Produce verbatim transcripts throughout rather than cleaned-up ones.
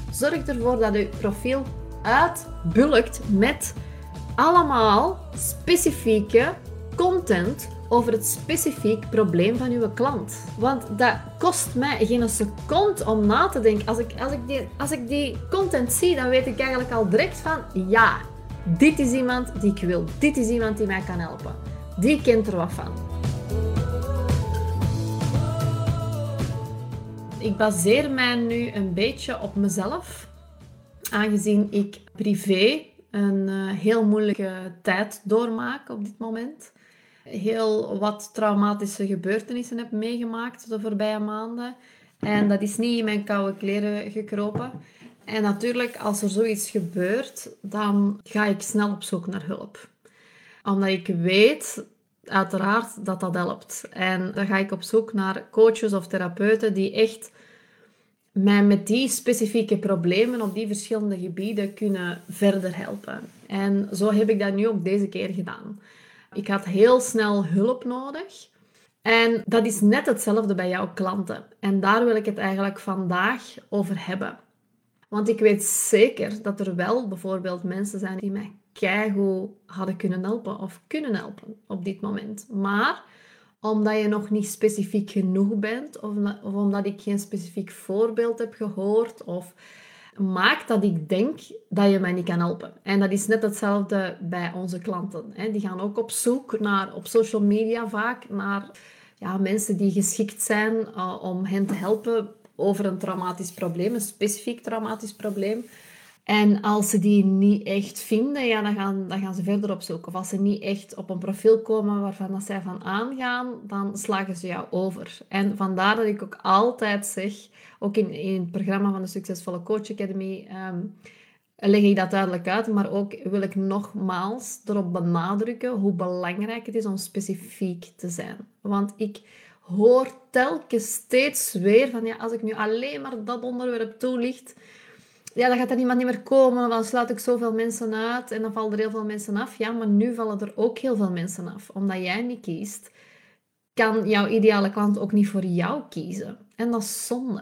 Zorg ervoor dat je profiel uitbulkt met allemaal specifieke content over het specifiek probleem van uw klant. Want dat kost mij geen seconde om na te denken. Als ik, als ik, die, als ik die content zie, dan weet ik eigenlijk al direct van, ja, dit is iemand die ik wil. Dit is iemand die mij kan helpen. Die kent er wat van. Ik baseer mij nu een beetje op mezelf, aangezien ik privé een uh, heel moeilijke tijd doormaak op dit moment. Heel wat traumatische gebeurtenissen heb meegemaakt de voorbije maanden. En dat is niet in mijn koude kleren gekropen. En natuurlijk, als er zoiets gebeurt, dan ga ik snel op zoek naar hulp. Omdat ik weet, uiteraard, dat dat helpt. En dan ga ik op zoek naar coaches of therapeuten die echt mij met die specifieke problemen op die verschillende gebieden kunnen verder helpen. En zo heb ik dat nu ook deze keer gedaan. Ik had heel snel hulp nodig. En dat is net hetzelfde bij jouw klanten. En daar wil ik het eigenlijk vandaag over hebben. Want ik weet zeker dat er wel bijvoorbeeld mensen zijn die mij keigoed hadden kunnen helpen of kunnen helpen op dit moment. Maar omdat je nog niet specifiek genoeg bent of, of omdat ik geen specifiek voorbeeld heb gehoord of maakt dat ik denk dat je mij niet kan helpen. En dat is net hetzelfde bij onze klanten. Die gaan ook op zoek naar, op social media vaak, naar ja, mensen die geschikt zijn uh, om hen te helpen over een traumatisch probleem, een specifiek traumatisch probleem. En als ze die niet echt vinden, ja, dan, gaan, dan gaan ze verder op zoek. Of als ze niet echt op een profiel komen waarvan dat zij van aangaan, dan slagen ze jou over. En vandaar dat ik ook altijd zeg, ook in, in het programma van de Succesvolle Coach Academy, um, leg ik dat duidelijk uit. Maar ook wil ik nogmaals erop benadrukken hoe belangrijk het is om specifiek te zijn. Want ik hoor telkens steeds weer van, ja, als ik nu alleen maar dat onderwerp toelicht, ja, dan gaat er niemand niet meer komen, dan sluit ik zoveel mensen uit en dan vallen er heel veel mensen af. Ja, maar nu vallen er ook heel veel mensen af. Omdat jij niet kiest, kan jouw ideale klant ook niet voor jou kiezen. En dat is zonde.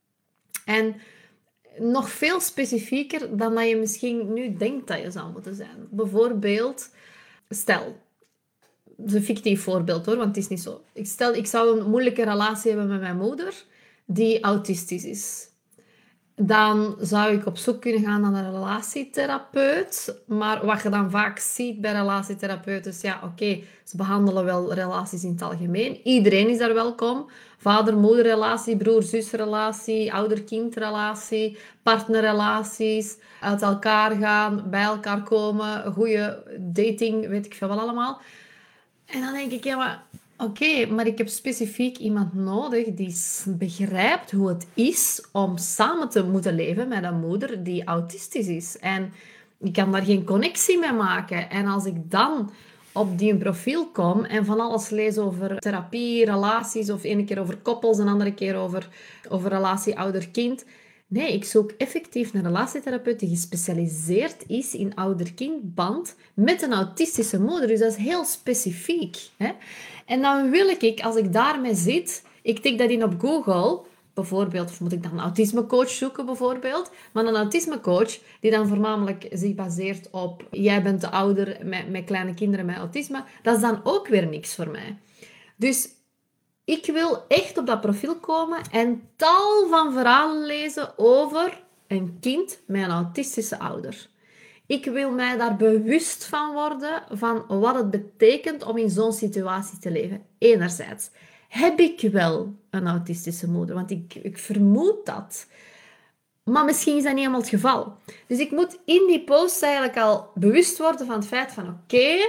En nog veel specifieker dan dat je misschien nu denkt dat je zou moeten zijn. Bijvoorbeeld, stel, dat is een fictief voorbeeld hoor, want het is niet zo. Ik stel, ik zou een moeilijke relatie hebben met mijn moeder, die autistisch is. Dan zou ik op zoek kunnen gaan naar een relatietherapeut. Maar wat je dan vaak ziet bij relatietherapeuten is, ja, oké, okay, ze behandelen wel relaties in het algemeen. Iedereen is daar welkom. Vader-moederrelatie, broer-zusrelatie, ouder-kindrelatie, partnerrelaties, uit elkaar gaan, bij elkaar komen, goede dating, weet ik veel wel allemaal. En dan denk ik, ja, maar oké, okay, maar ik heb specifiek iemand nodig die begrijpt hoe het is om samen te moeten leven met een moeder die autistisch is. En ik kan daar geen connectie mee maken. En als ik dan op die profiel kom en van alles lees over therapie, relaties, of ene keer over koppels, een andere keer over, over relatie ouder-kind. Nee, ik zoek effectief een relatietherapeut die gespecialiseerd is in ouder-kindband met een autistische moeder. Dus dat is heel specifiek. Hè? En dan wil ik, als ik daarmee zit, ik tik dat in op Google, bijvoorbeeld, of moet ik dan een autismecoach zoeken bijvoorbeeld, maar een autismecoach die dan voornamelijk zich baseert op, jij bent de ouder met, met kleine kinderen met autisme, dat is dan ook weer niks voor mij. Dus ik wil echt op dat profiel komen en tal van verhalen lezen over een kind met een autistische ouder. Ik wil mij daar bewust van worden van wat het betekent om in zo'n situatie te leven. Enerzijds heb ik wel een autistische moeder, want ik, ik vermoed dat. Maar misschien is dat niet helemaal het geval. Dus ik moet in die post eigenlijk al bewust worden van het feit van oké, okay,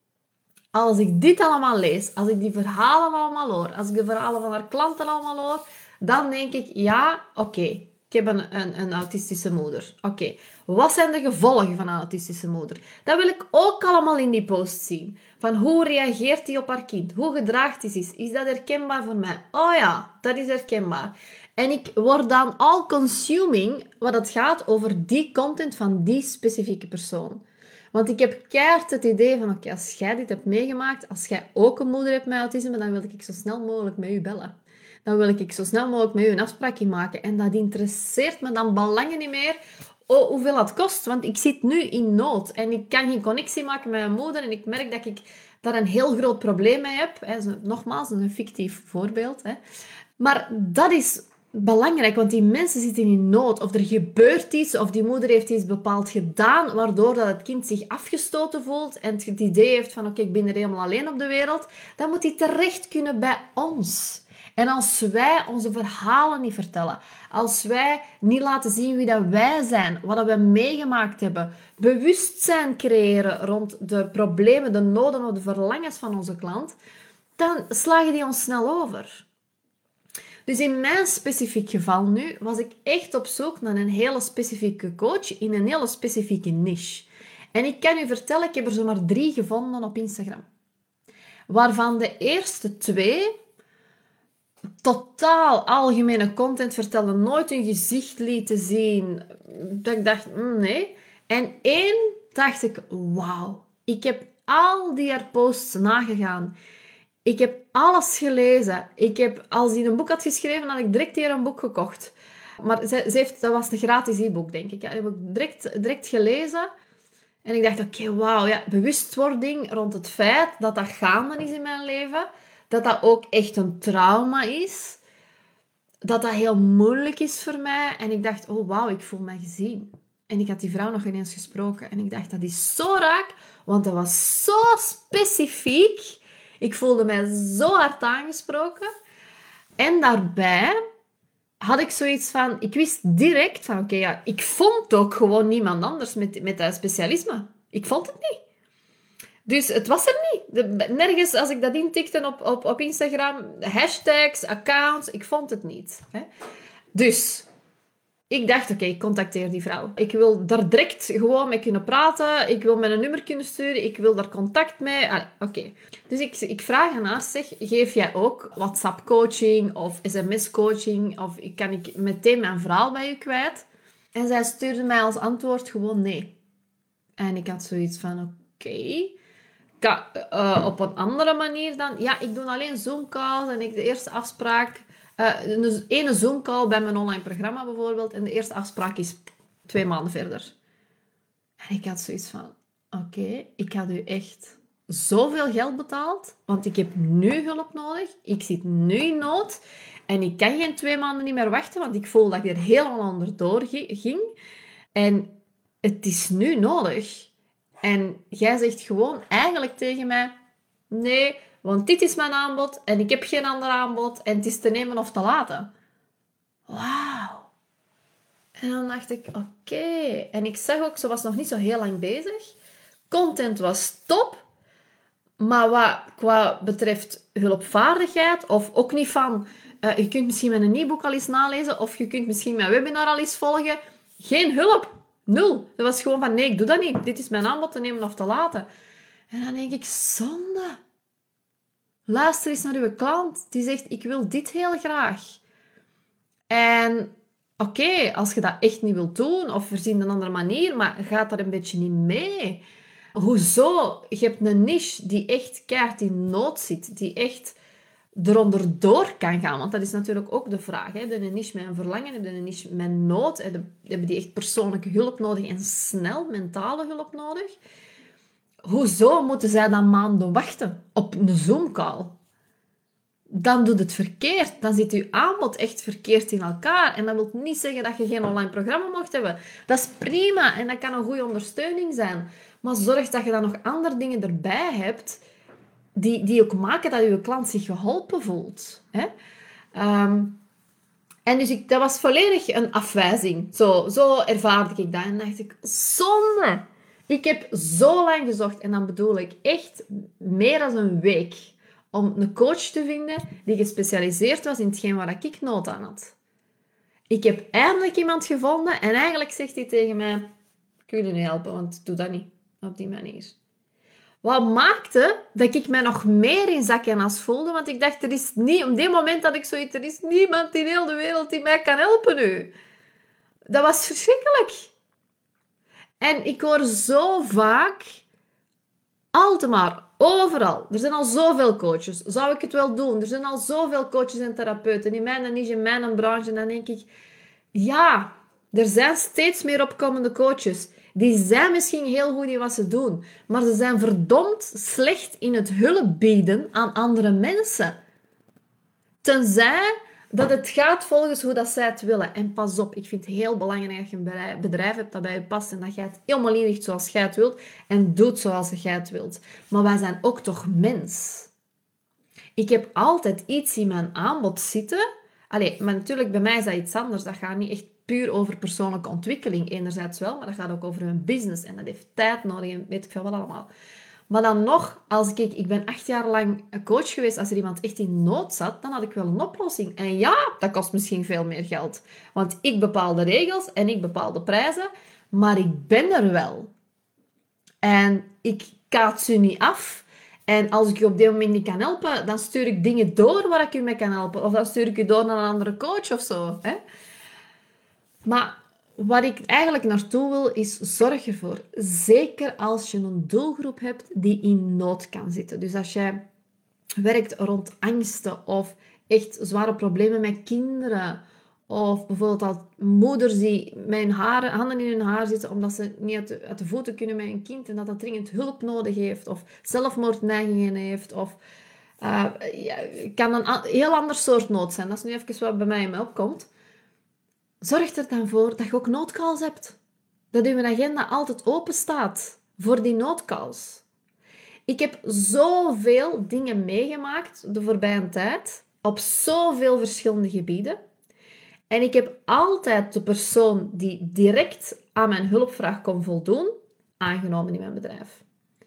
als ik dit allemaal lees, als ik die verhalen allemaal hoor, als ik de verhalen van haar klanten allemaal hoor, dan denk ik, ja, oké, okay, ik heb een, een, een autistische moeder. Oké, okay. Wat zijn de gevolgen van een autistische moeder? Dat wil ik ook allemaal in die post zien. Van hoe reageert hij op haar kind? Hoe gedraagt hij zich? Is dat herkenbaar voor mij? Oh ja, dat is herkenbaar. En ik word dan all-consuming wat het gaat over die content van die specifieke persoon. Want ik heb keihard het idee van, oké, okay, als jij dit hebt meegemaakt, als jij ook een moeder hebt met autisme, dan wil ik zo snel mogelijk met u bellen. dan wil ik zo snel mogelijk met u een afspraakje maken. En dat interesseert me dan belangen niet meer oh, hoeveel dat kost. Want ik zit nu in nood en ik kan geen connectie maken met mijn moeder. En ik merk dat ik daar een heel groot probleem mee heb. Hè. Nogmaals, dat is een fictief voorbeeld. Hè. Maar dat is belangrijk, want die mensen zitten in nood. Of er gebeurt iets, of die moeder heeft iets bepaald gedaan, waardoor dat het kind zich afgestoten voelt en het idee heeft van, oké, ik ben er helemaal alleen op de wereld. Dan moet die terecht kunnen bij ons. En als wij onze verhalen niet vertellen, als wij niet laten zien wie dat wij zijn, wat we meegemaakt hebben, bewustzijn creëren rond de problemen, de noden of de verlangens van onze klant, dan slagen die ons snel over. Dus in mijn specifiek geval nu was ik echt op zoek naar een hele specifieke coach in een hele specifieke niche. En ik kan u vertellen, ik heb er zomaar drie gevonden op Instagram. Waarvan de eerste twee totaal algemene content vertelden, nooit hun gezicht lieten zien. Dat ik dacht, mm, nee. En één dacht ik, wauw. Ik heb al die haar posts nagegaan. Ik heb alles gelezen. Ik heb, als hij een boek had geschreven, had ik direct hier een boek gekocht. Maar ze, ze heeft, dat was een gratis e-book, denk ik. Dat heb ik direct, direct gelezen. En ik dacht, oké, okay, wauw. Ja, bewustwording rond het feit dat dat gaande is in mijn leven. Dat dat ook echt een trauma is. Dat dat heel moeilijk is voor mij. En ik dacht, oh wauw, ik voel me gezien. En ik had die vrouw nog ineens gesproken. En ik dacht, dat is zo raak. Want dat was zo specifiek. Ik voelde mij zo hard aangesproken. En daarbij had ik zoiets van... Ik wist direct van... Oké, okay, ja, ik vond ook gewoon niemand anders met, met dat specialisme. Ik vond het niet. Dus het was er niet. De, nergens, als ik dat intikte op, op, op Instagram, hashtags, accounts, ik vond het niet. Hè. Dus... Ik dacht, oké, okay, ik contacteer die vrouw. Ik wil daar direct gewoon mee kunnen praten. Ik wil met een nummer kunnen sturen. Ik wil daar contact mee. Ah, oké. Okay. Dus ik, ik vraag aan haar, zeg, geef jij ook WhatsApp-coaching of S M S-coaching? Of kan ik meteen mijn verhaal bij u kwijt? En zij stuurde mij als antwoord gewoon nee. En ik had zoiets van, oké... Okay. Uh, op een andere manier dan... Ja, ik doe alleen Zoom-calls en ik de eerste afspraak... Uh, een ene Zoom-call bij mijn online programma bijvoorbeeld. En de eerste afspraak is twee maanden verder. En ik had zoiets van... Oké, okay, ik had u echt zoveel geld betaald. Want ik heb nu hulp nodig. Ik zit nu in nood. En ik kan geen twee maanden niet meer wachten. Want ik voel dat ik er helemaal onderdoor ging. En het is nu nodig. En jij zegt gewoon eigenlijk tegen mij... Nee... Want dit is mijn aanbod en ik heb geen ander aanbod en het is te nemen of te laten. Wauw. En dan dacht ik, oké. Okay. En ik zag ook, ze was nog niet zo heel lang bezig. Content was top. Maar wat qua betreft hulpvaardigheid, of ook niet van... Uh, je kunt misschien mijn e-book al eens nalezen, of je kunt misschien mijn webinar al eens volgen. Geen hulp. Nul. Dat was gewoon van, nee, ik doe dat niet. Dit is mijn aanbod, te nemen of te laten. En dan denk ik, zonde. Luister eens naar uw klant. Die zegt, ik wil dit heel graag. En oké, okay, als je dat echt niet wilt doen, of verzin een andere manier, maar gaat daar een beetje niet mee. Hoezo? Je hebt een niche die echt keihard in nood zit. Die echt eronder door kan gaan. Want dat is natuurlijk ook de vraag. Hè? Heb je een niche met een verlangen? Heb je een niche met nood? Hebben die echt persoonlijke hulp nodig en snel mentale hulp nodig? Hoezo moeten zij dan maanden wachten op een Zoom-call? Dan doet het verkeerd. Dan zit je aanbod echt verkeerd in elkaar. En dat wil niet zeggen dat je geen online programma mocht hebben. Dat is prima en dat kan een goede ondersteuning zijn. Maar zorg dat je dan nog andere dingen erbij hebt die, die ook maken dat je klant zich geholpen voelt. Hè? Um, en dus ik, dat was volledig een afwijzing. Zo, zo ervaarde ik dat. En dacht ik, zonde! Ik heb zo lang gezocht, en dan bedoel ik echt meer dan een week, om een coach te vinden die gespecialiseerd was in hetgeen waar ik nood aan had. Ik heb eindelijk iemand gevonden en eigenlijk zegt hij tegen mij, ik wil je niet helpen, want doe dat niet op die manier. Wat maakte dat ik mij nog meer in zak en as voelde, want ik dacht, er is niet, op dit moment had ik zoiets, er is niemand in heel de wereld die mij kan helpen nu. Dat was verschrikkelijk. En ik hoor zo vaak, al te maar Overal. Er zijn al zoveel coaches. Zou ik het wel doen? Er zijn al zoveel coaches en therapeuten in mijn niche, in mijn branche. En dan denk ik, ja, er zijn steeds meer opkomende coaches. Die zijn misschien heel goed in wat ze doen, maar ze zijn verdomd slecht in het hulp bieden aan andere mensen. Tenzij dat het gaat volgens hoe dat zij het willen. En pas op, ik vind het heel belangrijk dat je een bedrijf hebt dat bij je past en dat jij het helemaal inricht zoals jij het wilt en doet zoals jij het wilt. Maar wij zijn ook toch mens. Ik heb altijd iets in mijn aanbod zitten. Allee, maar natuurlijk, bij mij is dat iets anders. Dat gaat niet echt puur over persoonlijke ontwikkeling, enerzijds wel, maar dat gaat ook over mijn business en dat heeft tijd nodig en weet ik veel wat allemaal. Maar dan nog, als ik, ik ben acht jaar lang een coach geweest, als er iemand echt in nood zat, dan had ik wel een oplossing. En ja, dat kost misschien veel meer geld. Want ik bepaal de regels en ik bepaal de prijzen, maar ik ben er wel. En ik kaats u niet af. En als ik u op dit moment niet kan helpen, dan stuur ik dingen door waar ik u mee kan helpen. Of dan stuur ik u door naar een andere coach of zo. Hè? Maar wat ik eigenlijk naartoe wil, is zorg ervoor. Zeker als je een doelgroep hebt die in nood kan zitten. Dus als jij werkt rond angsten of echt zware problemen met kinderen. Of bijvoorbeeld al moeders die met hun haren, handen in hun haar zitten omdat ze niet uit de, uit de voeten kunnen met een kind en dat dat dringend hulp nodig heeft. Of zelfmoordneigingen heeft. Of uh, ja, kan een heel ander soort nood zijn. Dat is nu even wat bij mij in me opkomt. Zorg er dan voor dat je ook noodcalls hebt. Dat uw agenda altijd open staat voor die noodcalls. Ik heb zoveel dingen meegemaakt de voorbije tijd, op zoveel verschillende gebieden. En ik heb altijd de persoon die direct aan mijn hulpvraag kon voldoen, aangenomen in mijn bedrijf.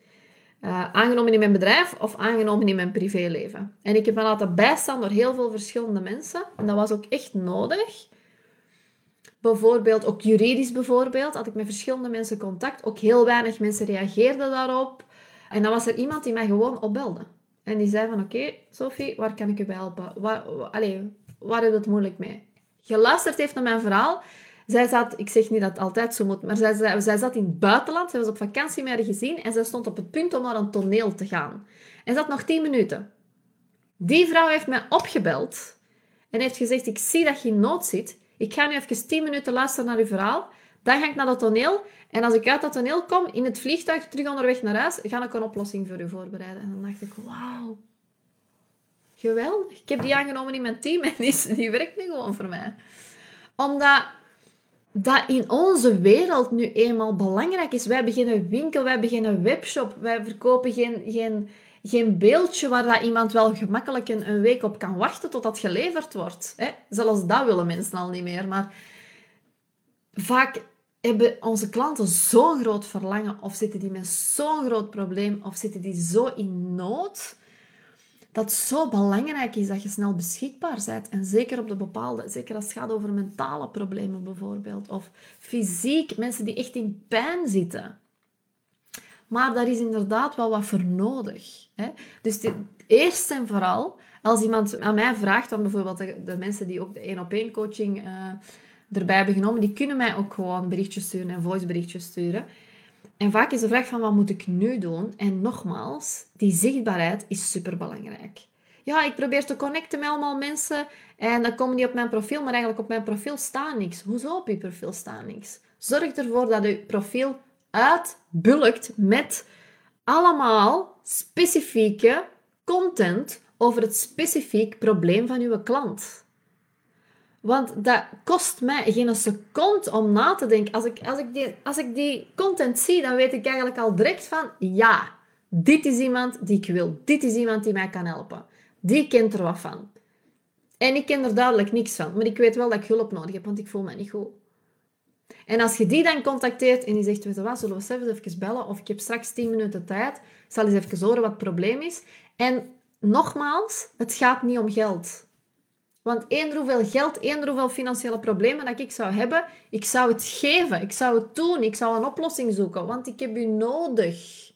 Uh, aangenomen in mijn bedrijf of aangenomen in mijn privéleven. En ik heb me laten bijstaan door heel veel verschillende mensen. En dat was ook echt nodig. Bijvoorbeeld, ook juridisch bijvoorbeeld, had ik met verschillende mensen contact. Ook heel weinig mensen reageerden daarop. En dan was er iemand die mij gewoon opbelde. En die zei van, oké, okay, Sophie, waar kan ik u bij helpen? Waar, allee, waar heb je het moeilijk mee? Geluisterd heeft naar mijn verhaal. Zij zat, ik zeg niet dat het altijd zo moet, maar zij, zij, zij zat in het buitenland. Zij was op vakantie met haar gezin en zij stond op het punt om naar een toneel te gaan. En ze had nog tien minuten. Die vrouw heeft mij opgebeld en heeft gezegd, ik zie dat je in nood zit. Ik ga nu even tien minuten luisteren naar uw verhaal. Dan ga ik naar dat toneel. En als ik uit dat toneel kom, in het vliegtuig terug onderweg naar huis, ga ik een oplossing voor u voorbereiden. En dan dacht ik, wauw. Geweldig. Ik heb die aangenomen in mijn team en die, die werkt nu gewoon voor mij. Omdat dat in onze wereld nu eenmaal belangrijk is. Wij beginnen een winkel, wij beginnen een webshop. Wij verkopen geen, geen, geen beeldje waar dat iemand wel gemakkelijk een, een week op kan wachten tot dat geleverd wordt. Hè? Zelfs dat willen mensen al niet meer. Maar vaak hebben onze klanten zo'n groot verlangen of zitten die met zo'n groot probleem of zitten die zo in nood dat het zo belangrijk is dat je snel beschikbaar bent. En zeker op de bepaalde, zeker als het gaat over mentale problemen bijvoorbeeld. Of fysiek, mensen die echt in pijn zitten. Maar daar is inderdaad wel wat voor nodig. Hè? Dus de, eerst en vooral, als iemand aan mij vraagt, dan bijvoorbeeld de, de mensen die ook de één-op-één coaching uh, erbij hebben genomen, die kunnen mij ook gewoon berichtjes sturen en voiceberichtjes sturen. En vaak is de vraag van, wat moet ik nu doen? En nogmaals, die zichtbaarheid is superbelangrijk. Ja, ik probeer te connecten met allemaal mensen en dan komen die op mijn profiel, maar eigenlijk op mijn profiel staat niks. Hoezo op uw profiel staat niks? Zorg ervoor dat uw profiel uitbulkt met allemaal specifieke content over het specifiek probleem van uw klant. Want dat kost mij geen seconde om na te denken. Als ik, als, ik die, als ik die content zie, dan weet ik eigenlijk al direct van... Ja, dit is iemand die ik wil. Dit is iemand die mij kan helpen. Die kent er wat van. En ik ken er duidelijk niks van. Maar ik weet wel dat ik hulp nodig heb, want ik voel me niet goed. En als je die dan contacteert en die zegt... Weet je wat, zullen we zelfs even bellen? Of ik heb straks tien minuten tijd. Ik zal eens even horen wat het probleem is. En nogmaals, het gaat niet om geld. Want eender hoeveel geld, eender hoeveel financiële problemen dat ik zou hebben, ik zou het geven, ik zou het doen, ik zou een oplossing zoeken, want ik heb u nodig.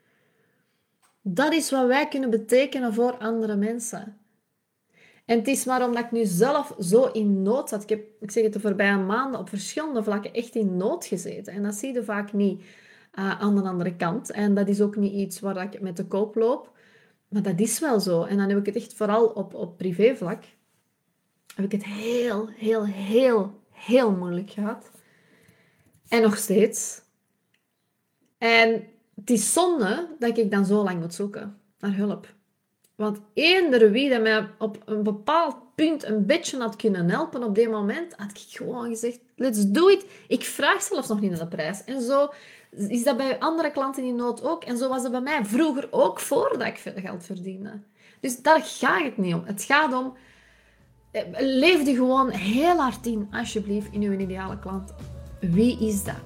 Dat is wat wij kunnen betekenen voor andere mensen. En het is maar omdat ik nu zelf zo in nood zat. Ik heb, ik zeg het de voorbije maanden, op verschillende vlakken echt in nood gezeten. En dat zie je vaak niet uh, aan de andere kant. En dat is ook niet iets waar ik met de koop loop. Maar dat is wel zo. En dan heb ik het echt vooral op, op privévlak. Heb ik het heel, heel, heel, heel moeilijk gehad. En nog steeds. En het is zonde dat ik dan zo lang moet zoeken naar hulp. Want eender wie dat mij op een bepaald punt een beetje had kunnen helpen op dit moment, had ik gewoon gezegd, let's do it. Ik vraag zelfs nog niet naar de prijs. En zo is dat bij andere klanten in nood ook. En zo was dat bij mij vroeger ook, voordat ik veel geld verdiende. Dus daar gaat het niet om. Het gaat om, leef die gewoon heel hard in, alsjeblieft, in uw ideale klant. Wie is dat?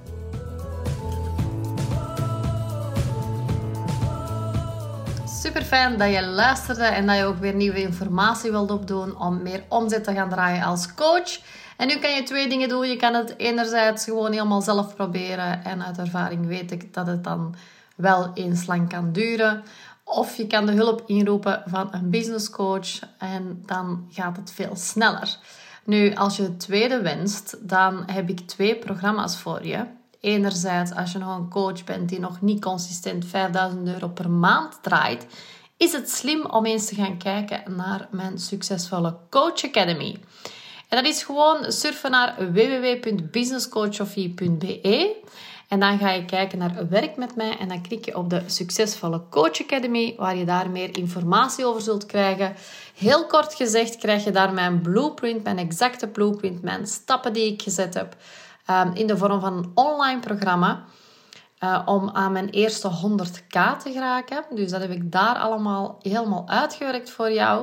Super fijn dat je luisterde en dat je ook weer nieuwe informatie wilt opdoen om meer omzet te gaan draaien als coach. En nu kan je twee dingen doen. Je kan het enerzijds gewoon helemaal zelf proberen en uit ervaring weet ik dat het dan wel eens lang kan duren. Of je kan de hulp inroepen van een business coach en dan gaat het veel sneller. Nu, als je het tweede wenst, dan heb ik twee programma's voor je. Enerzijds, als je nog een coach bent die nog niet consistent vijfduizend euro per maand draait, is het slim om eens te gaan kijken naar mijn succesvolle Coach Academy. En dat is gewoon surfen naar w w w punt business coach sofie punt b e en dan ga je kijken naar werk met mij en dan klik je op de succesvolle Coach Academy, waar je daar meer informatie over zult krijgen. Heel kort gezegd krijg je daar mijn blueprint, mijn exacte blueprint, mijn stappen die ik gezet heb. Um, in de vorm van een online programma uh, om aan mijn eerste honderd k te geraken. Dus dat heb ik daar allemaal helemaal uitgewerkt voor jou.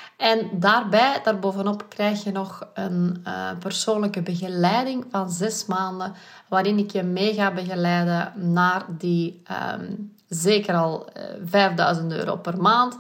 En daarbij, daarbovenop, krijg je nog een uh, persoonlijke begeleiding van zes maanden, waarin ik je mee ga begeleiden naar die um, zeker al uh, vijfduizend euro per maand.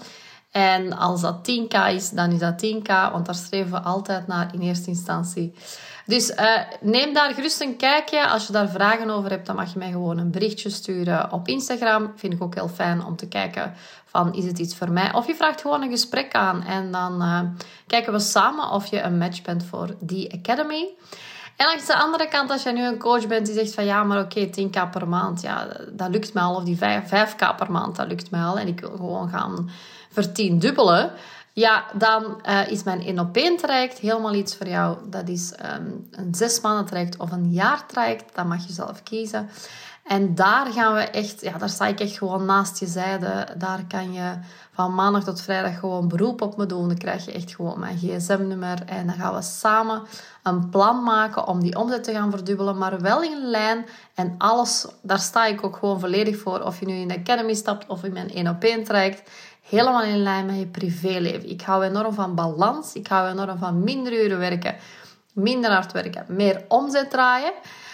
En als dat tien k is, dan is dat tien k, want daar streven we altijd naar in eerste instantie. Dus uh, neem daar gerust een kijkje. Als je daar vragen over hebt, dan mag je mij gewoon een berichtje sturen op Instagram. Vind ik ook heel fijn om te kijken van, is het iets voor mij? Of je vraagt gewoon een gesprek aan en dan uh, kijken we samen of je een match bent voor die Academy. En langs de andere kant, als je nu een coach bent die zegt van ja, maar oké, okay, tien k per maand, ja, dat lukt mij al. Of die vijf k per maand, dat lukt mij al. En ik wil gewoon gaan vertiendubbelen. Ja, dan uh, is mijn één op één traject helemaal iets voor jou. Dat is um, een zes maanden traject of een jaar traject. Dat mag je zelf kiezen. En daar gaan we echt, ja, daar sta ik echt gewoon naast je zijde. Daar kan je van maandag tot vrijdag gewoon beroep op me doen. Dan krijg je echt gewoon mijn gsm-nummer. En dan gaan we samen een plan maken om die omzet te gaan verdubbelen. Maar wel in lijn. En alles, daar sta ik ook gewoon volledig voor. Of je nu in de Academy stapt of in mijn één op één traject. Helemaal in lijn met je privéleven. Ik hou enorm van balans. Ik hou enorm van minder uren werken. Minder hard werken. Meer omzet draaien.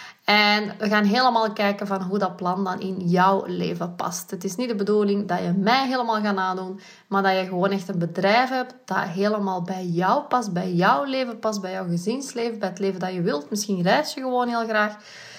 En we gaan helemaal kijken van hoe dat plan dan in jouw leven past. Het is niet de bedoeling dat je mij helemaal gaat nadoen. Maar dat je gewoon echt een bedrijf hebt dat helemaal bij jou past. Bij jouw leven past. Bij jouw gezinsleven. Bij het leven dat je wilt. Misschien reis je gewoon heel graag.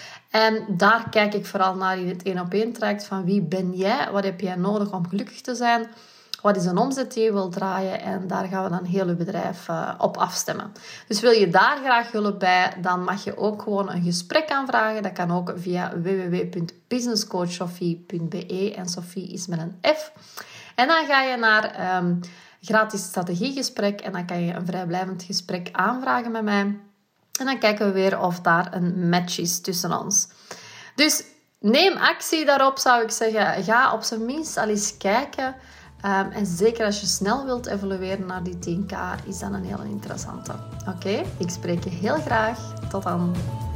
En daar kijk ik vooral naar in het één op één traject. Van wie ben jij? Wat heb jij nodig om gelukkig te zijn? Wat is een omzet die je wilt draaien? En daar gaan we dan heel je bedrijf uh, op afstemmen. Dus wil je daar graag hulp bij, dan mag je ook gewoon een gesprek aanvragen. Dat kan ook via w w w punt business coach sofie punt b e. En Sofie is met een F. En dan ga je naar um, gratis strategiegesprek. En dan kan je een vrijblijvend gesprek aanvragen met mij. En dan kijken we weer of daar een match is tussen ons. Dus neem actie daarop, zou ik zeggen. Ga op zijn minst al eens kijken. Um, en zeker als je snel wilt evolueren naar die tien k, is dat een hele interessante. Oké, okay? Ik spreek je heel graag. Tot dan.